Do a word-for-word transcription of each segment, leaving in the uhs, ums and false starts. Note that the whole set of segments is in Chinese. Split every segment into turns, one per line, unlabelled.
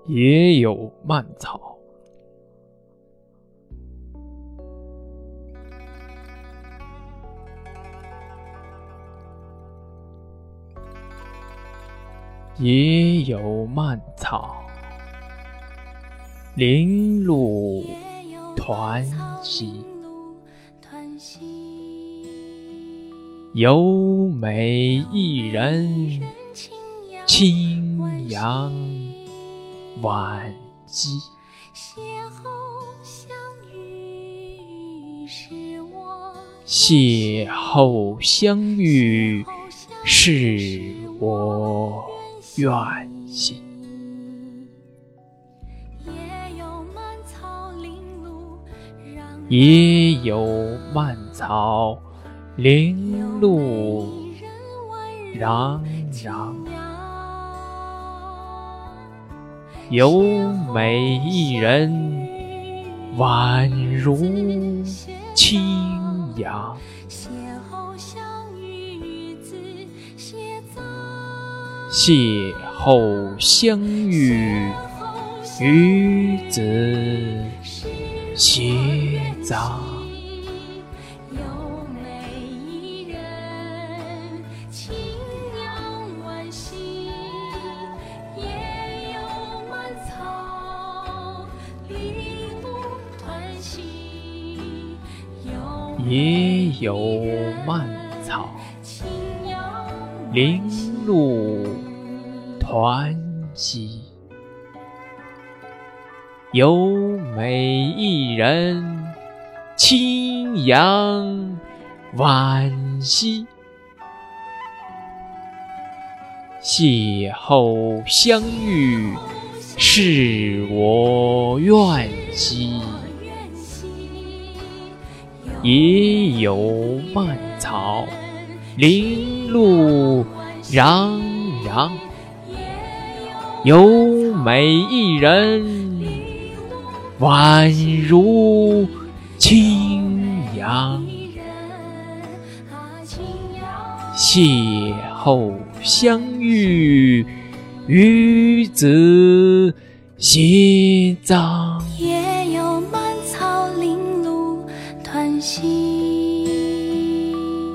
也有蔓草。也有蔓草，零露团兮。有美一人，轻扬惋惜。邂逅相遇，是我愿兮。也有蔓草，零露攘攘。有美一人，宛如轻扬。邂逅相遇，与子偕葬。也有蔓草，零露团兮。有美一人，轻扬惋惜。邂逅相遇，是我愿兮。也有蔓草，零露攘攘。有美一人，宛如轻扬。邂逅相遇，与子偕葬。
也有蔓草，零露团兮。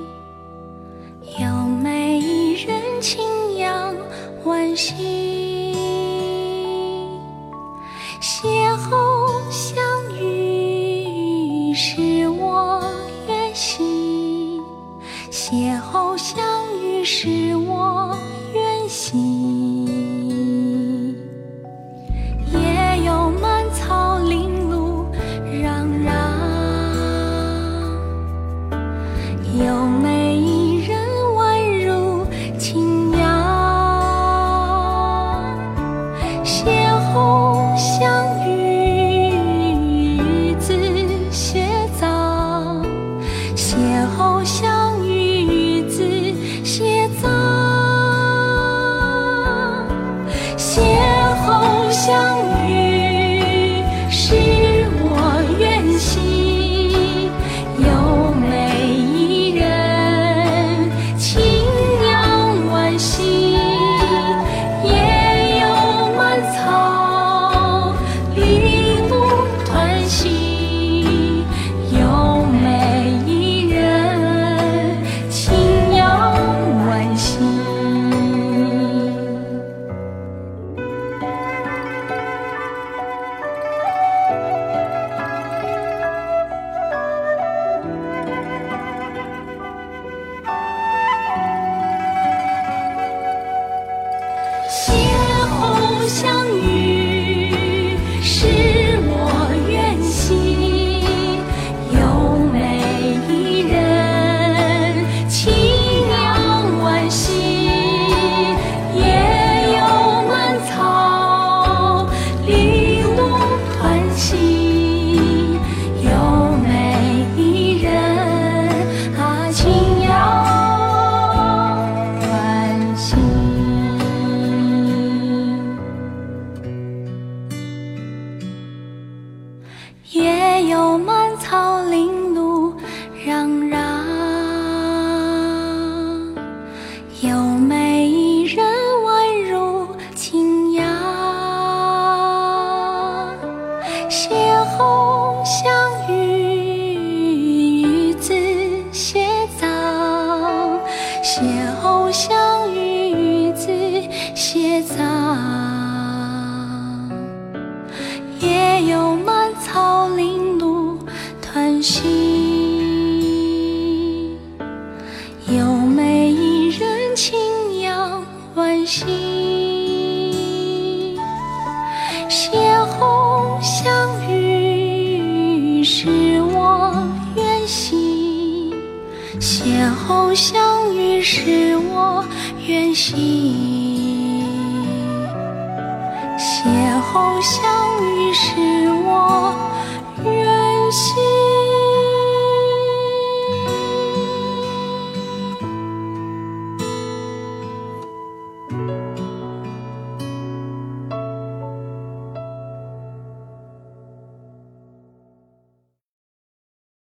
有美一人，轻扬惋惜。邂逅相遇，是我愿兮。邂逅相遇，是我愿兮。也有蔓草，零露攘攘。有美一人，宛如轻扬。邂逅相遇，与子偕葬。邂逅相遇，与子偕葬。 欢喜。邂逅相遇是我愿兮，邂逅相遇是我愿兮，邂逅相遇是